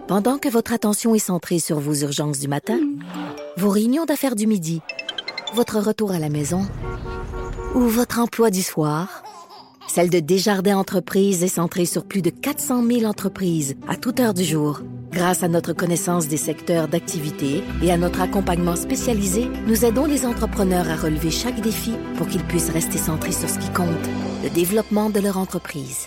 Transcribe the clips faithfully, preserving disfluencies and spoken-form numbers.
Pendant que votre attention est centrée sur vos urgences du matin, vos réunions d'affaires du midi, votre retour à la maison ou votre emploi du soir, celle de Desjardins Entreprises est centrée sur plus de quatre cent mille entreprises à toute heure du jour. Grâce à notre connaissance des secteurs d'activité et à notre accompagnement spécialisé, nous aidons les entrepreneurs à relever chaque défi pour qu'ils puissent rester centrés sur ce qui compte, le développement de leur entreprise.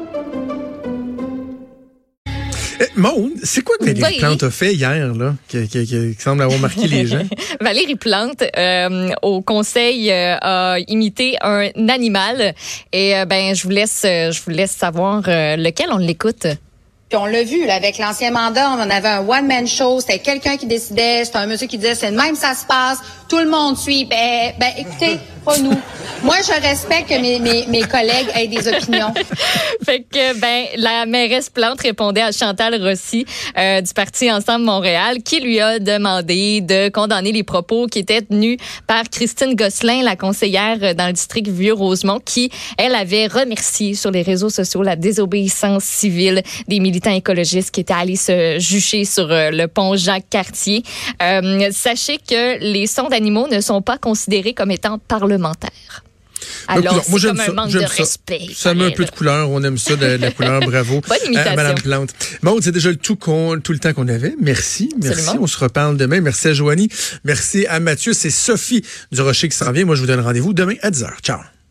Maude, c'est quoi que Valérie oui. Plante a fait hier, là, qui, qui, qui, qui semble avoir marqué les gens? Valérie Plante, euh, au conseil, euh, a imité un animal. Et euh, ben, je vous laisse, je vous laisse savoir euh, lequel. On l'écoute. Puis on l'a vu, là, avec l'ancien mandat, on avait un one-man show, c'était quelqu'un qui décidait, c'était un monsieur qui disait, c'est de même ça se passe, tout le monde suit. Ben, ben écoutez, pas nous. Moi, je respecte que mes, mes, mes collègues aient des opinions. Fait que, ben, la mairesse Plante répondait à Chantal Rossi euh, du parti Ensemble Montréal, qui lui a demandé de condamner les propos qui étaient tenus par Christine Gosselin, la conseillère dans le district Vieux-Rosemont, qui, elle, avait remercié sur les réseaux sociaux la désobéissance civile des militants écologistes qui étaient allés se jucher sur euh, le pont Jacques-Cartier. Euh, sachez que les sons d'animaux ne sont pas considérés comme étant parlementaires. Alors, c'est moi, comme un ça, manque de ça. respect. Ça met un peu de couleur. On aime ça, de, de la couleur. Bravo. Bonne imitation. À Madame Plante. Maude, c'est déjà le tout, qu'on, tout le temps qu'on avait. Merci. Merci. Absolument. On se reparle demain. Merci à Joanie. Merci à Mathieu. C'est Sophie Durocher qui s'en vient. Moi, je vous donne rendez-vous demain à dix heures. Ciao.